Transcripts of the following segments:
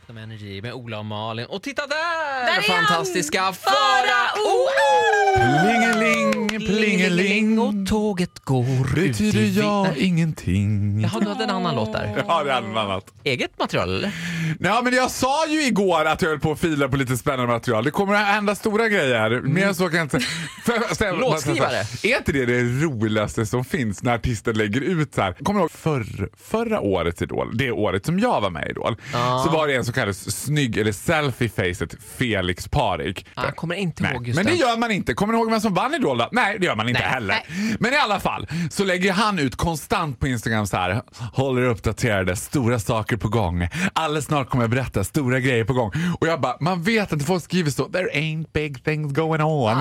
Vakna med Energy med Ola och Malin. Och titta där! Fantastiska Farao! Plingeling, plingeling. Och tåget går. Betyder jag ingenting. Jaha, du hade en annan låt där. Ja, det är en annat. Eget material, eller? Nej, men jag sa ju igår att jag höll på att fila på lite spännande material. Det kommer att hända stora grejer. Mer så kan jag inte... Låtskrivare. Är inte det roligaste som finns när artister lägger ut så här? Kommer du ihåg förra årets Idol? Det året som jag var med i Idol. Så var det en så kallad snygg eller selfie-facet Felix Parik. Jag kommer inte ihåg just men det den. gör man inte. Kommer ni ihåg vem som vann Idol då? Nej, det gör man inte heller. Nej. Men i alla fall så lägger han ut konstant på Instagram så här: håller uppdaterade, stora saker på gång. Alldeles snart kommer jag berätta stora grejer på gång. Och jag bara, man vet att folk skriver så: there ain't big things going on.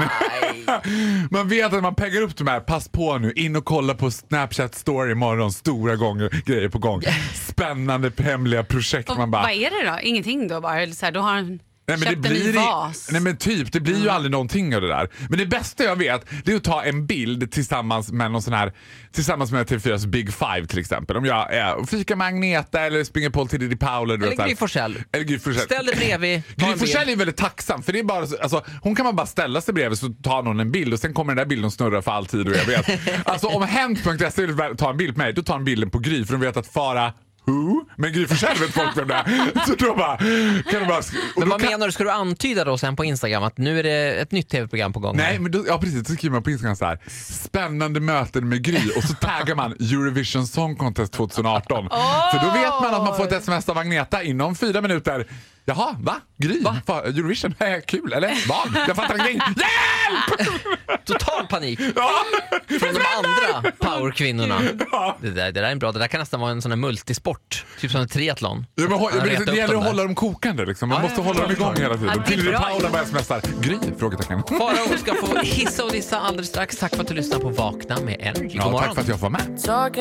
Man vet att man peggar upp de här. Pass på nu, in och kolla på Snapchat story imorgon. Stora grejer på gång. Spännande, hemliga projekt. Och man bara, vad är det då? Ingenting då bara? Eller så här, då har han köpt en ny vas. Nej, men typ, det blir ju aldrig någonting av det där. Men det bästa jag vet, det är att ta en bild tillsammans med någon sån här, tillsammans med TV4s Big Five till exempel. Om jag är fika med Agneta eller springer på till Didi Paula eller Gry Forssell. Ställ dig bredvid. Gry Forssell är väldigt tacksam, för det är bara alltså, hon kan man bara ställa sig bredvid, så tar någon en bild och sen kommer den där bilden snurra för all tid och jag vet. Alltså om Hent.se vill ta en bild på mig, då tar en bilden på Gry, för de vet att Fara men Gry Forssell vet folk vem det är. Så då bara, kan du bara... Men vad menar du? Ska du antyda då sen på Instagram att nu är det ett nytt tv-program på gång? Nej, men då, ja precis, då skriver man på Instagram så här: spännande möten med Gry, och så taggar man Eurovision Song Contest 2018. För då vet man att man får ett sms av Agneta inom 4 minuter. Jaha, va? Gry? Va? Eurovision? Kul, eller? Vad? Jag fattar ingenting. Hjälp! Total panik. Ja. Från de andra powerkvinnorna. Ja. Det där är en bra. Det där kan nästan vara en sån här multisport. Typ som en triathlon. Ja, men det gäller att hålla dem kokande liksom. Man måste hålla dem igång hela tiden. Till Paula börjar smsar. Gry? Frågetecken. Farao ska få hissa och dissa alldeles strax. Tack för att du lyssnar på Vakna med Energy. God morgon. Tack för att jag får med.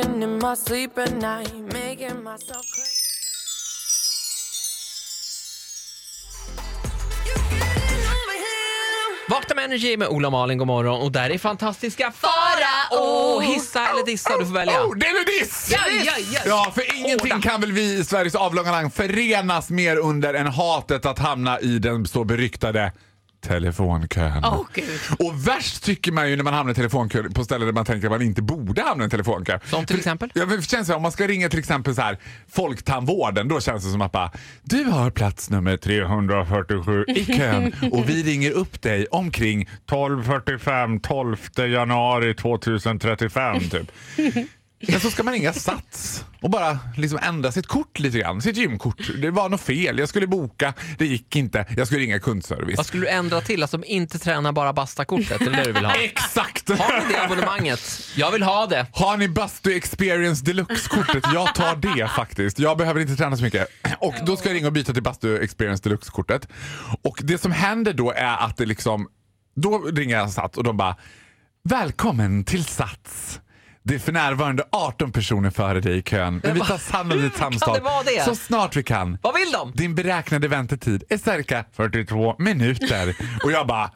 Vakna med Energy med Ola och Malin, god morgon. Och där är fantastiska Farao. Hissa eller dissa, du får välja. Det är diss! Ja, för ingenting kan väl vi i Sveriges avlånga land förenas mer under än hatet att hamna i den så beryktade telefonkön. Gud. Och värst tycker man ju när man hamnar i telefonkö på ställen där man tänker att man inte borde hamna i en telefonkö. Som till exempel? Ja, det känns som om man ska ringa till exempel så här folktandvården, då känns det som att bara, du har plats nummer 347 i kön och vi ringer upp dig omkring 12:45 12 januari 2035 typ. Men så ska man ringa Sats och bara liksom ändra sitt kort lite grann, sitt gymkort. Det var något fel, jag skulle boka, det gick inte, jag skulle ringa kundservice. Vad skulle du ändra till? Alltså inte träna bara basta-kortet, eller det du vill ha? Exakt! Har ni det abonnemanget? Jag vill ha det. Har ni Bastu Experience Deluxe-kortet? Jag tar det faktiskt. Jag behöver inte träna så mycket. Och då ska jag ringa och byta till Bastu Experience Deluxe-kortet. Och det som händer då är att det liksom, då ringer jag Sats och de bara, välkommen till Sats. Det är för närvarande 18 personer före dig i kön. Men vi tar sannolikt samtal så snart vi kan. Vad vill de? Din beräknade väntetid är cirka 42 minuter. Och jag bara,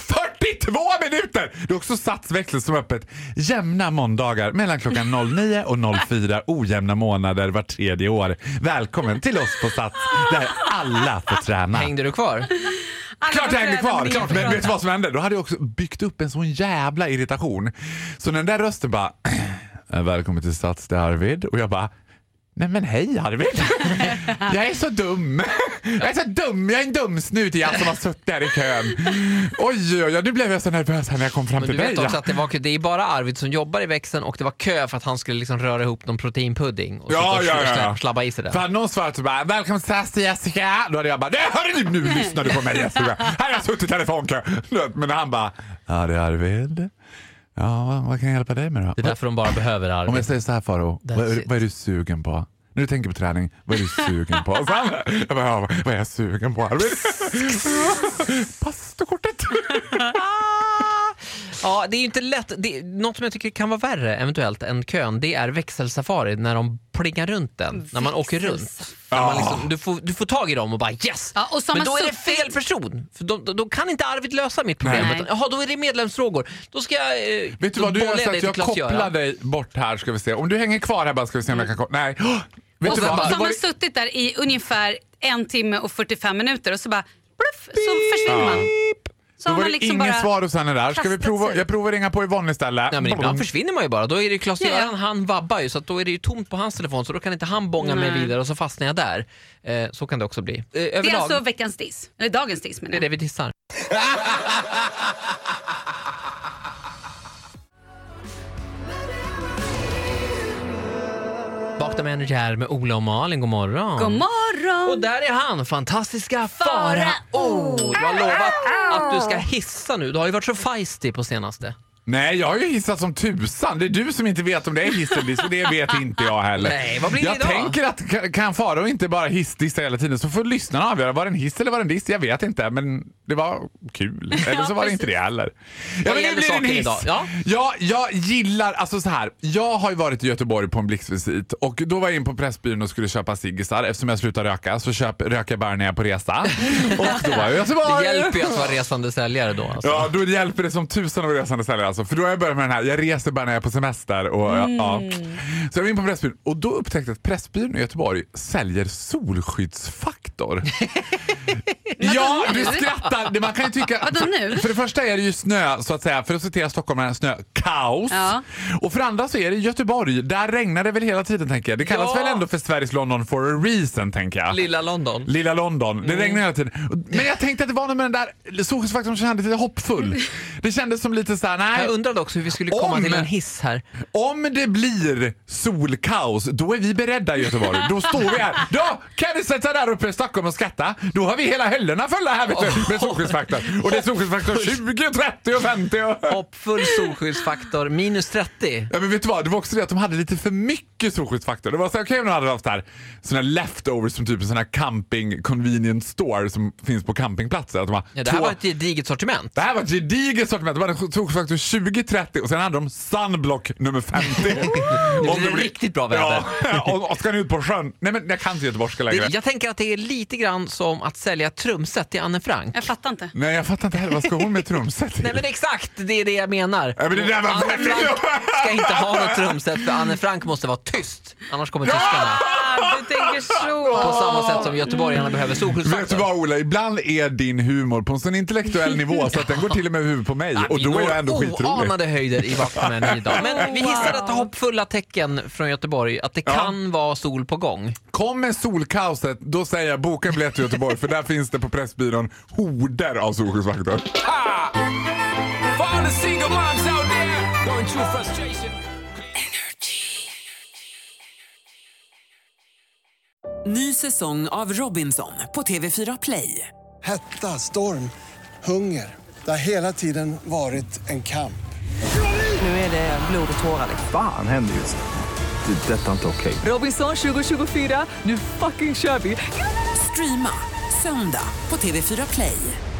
42 minuter! Det är också Satsväxel som är öppet jämna måndagar mellan klockan 09 och 04, ojämna månader var 3:e år. Välkommen till oss på Sats där alla får träna. Hängde du kvar? Klart jag hängde kvar. Men vet du vad som hände? Då hade jag också byggt upp en sån jävla irritation. Så den där rösten bara, välkommen till Sats, det är Arvid. Och jag bara, nej men hej Arvid. Jag är så dum. Jag är en dum snut igen som har suttit där i kön. Oj, nu blev jag så nervös när jag kom fram till dig. Men du vet också att det är bara Arvid som jobbar i växeln och det var kö för att han skulle liksom röra ihop någon proteinpudding och slabba i sig där. För någon svarade så bara, välkommen till SAS Jessica. Då hade jag bara, hörru nu lyssnar du på mig Jessica. Här har jag suttit i telefonkö. Men han bara, ja det är Arvid. Ja, vad kan jag hjälpa dig med då? Det är därför de bara behöver Arvid. Om jag säger så här Farao, vad är du sugen på? När du tänker på träning, vad är du sugen på? Jag bara, vad är jag sugen på Arvid? Pastokortet. Ja, det är ju inte lätt. Något som jag tycker kan vara värre eventuellt än kön, det är växelsafari när de plingar runt den, när man åker runt. Man liksom, du får tag i dem och bara yes! Ja, och men då är det fel person. För då kan inte Arvid lösa mitt problem. Jaha, då är det medlemsfrågor. Då ska jag vet du vad du har sagt? Jag kopplar dig bort här, ska vi se. Om du hänger kvar här bara ska vi se om jag kan koppla. Nej. Vet Och du så vad? har man suttit där i ungefär 1 timme och 45 minuter och så bara bluff, så försvinner man. Så Då har var man det liksom inget bara svar hos henne där. Ska vi kastat prova? sig. Jag provar ringa på Yvonne istället. Nej, men ibland försvinner man ju bara. Då är det Claes-Göran, Ja. han vabbar ju, så att då är det ju tomt på hans telefon, så då kan inte han bånga mig vidare och så fastnar jag där. Så kan det också bli. Det är alltså veckans diss, eller dagens diss menar det är jag. det vi dissar. Vakna med Energy här med Ola och Malin. God morgon. God morgon! Och där är han, fantastiska Farao. Du har lovat att du ska hissa nu. Du har ju varit så feisty på senaste. Nej, jag har ju hissat som tusan. Det är du som inte vet om det är hiss eller diss, och det vet inte jag heller. Nej, vad blir det jag idag? tänker att kan Farao inte bara dissa hela tiden, så får lyssnarna avgöra. Var det en hiss eller var det en diss? Jag vet inte, men det var kul. Eller så var det inte det heller. Ja, men det blir en hiss. Idag? Ja, jag gillar, alltså så här. Jag har ju varit i Göteborg på en blixtvisit och då var jag in på Pressbyrån och skulle köpa ciggisar. Eftersom jag slutar röka så röker jag bara när jag är på resa. Och då var jag så Det hjälper ju att vara resande säljare då. Alltså. Ja, då hjälper det som tusan att vara resande säljare alltså. För då har jag börjat med den här, jag reser bara när jag är på semester och ja. Så jag var in på Pressbyrån och då upptäckte jag att Pressbyrån i Göteborg säljer solskyddsfaktor. Ja, du skrattar. Man kan ju tycka, Vadå nu? för det första är det ju snö, så att säga, för att citera Stockholm, snökaos. Ja. Och för andra så är det Göteborg, där regnar det väl hela tiden, tänker jag. Det kallas väl ändå för Sveriges London for a reason, tänker jag. Lilla London. Lilla London. Det regnar hela tiden. Men jag tänkte att det var något med den där solskyddsfaktorn som kändes lite hoppfull. Det kändes som lite så här, nej. Jag undrade också hur vi skulle komma till en hiss här. Om det blir solkaos, då är vi beredda i Göteborg. Då står vi här. Då kan vi sätta där uppe i Stockholm och skatta. Då har vi hela höllorna fulla här, vet du, med solskyddsfaktor. Och det är solskyddsfaktor 20, 30 och 50. Hoppfull solskyddsfaktor minus 30. Ja, men vet du vad? Det var också det att de hade lite för mycket solskyddsfaktor. Det var så okej om de hade haft där såna leftovers som typ en sån här camping convenience store som finns på campingplatser. Att de har Ja, det här var ett gediget sortiment. Det här var ett gediget sortiment. De hade solskyddsfaktor 20, 30 och sen hade de sunblock nummer 50. Det är riktigt bra väder. Ja, och ska ni ut på sjön? Nej, men jag kan inte göteborgska längre. Jag tänker att det är lite grann som att sälja trumset till Anne Frank. Jag fattar inte. Nej, jag fattar inte heller. Vad ska hon med trumset till? Nej, men exakt, det är det jag menar. Ja, men det där var... Anne Frank ska inte ha något trumset, för Anne Frank måste vara tyst. Annars kommer tyskarna. Du tänker så. På samma sätt som göteborgarna behöver solskyddsfaktor. Vet du vad, Ola? Ibland är din humor på en sån intellektuell nivå så att den går till och med huvudet på mig. Och då är jag ändå skitrolig. Oanade höjder i Vakna med Energy idag. Men vi hissar detta hoppfulla tecken från Göteborg att det kan vara sol på gång. Kommer solkaoset, då säger jag boka en biljett till Göteborg, för där finns det på Pressbyrån horder av solskyddsfaktor. Ny säsong av Robinson på TV4 Play. Hetta, storm, hunger. Det har hela tiden varit en kamp. Nu är det blod och tårar. Fan händer just det. Det är detta inte okej. Robinson 2024, nu fucking kör vi. Streama söndag på TV4 Play.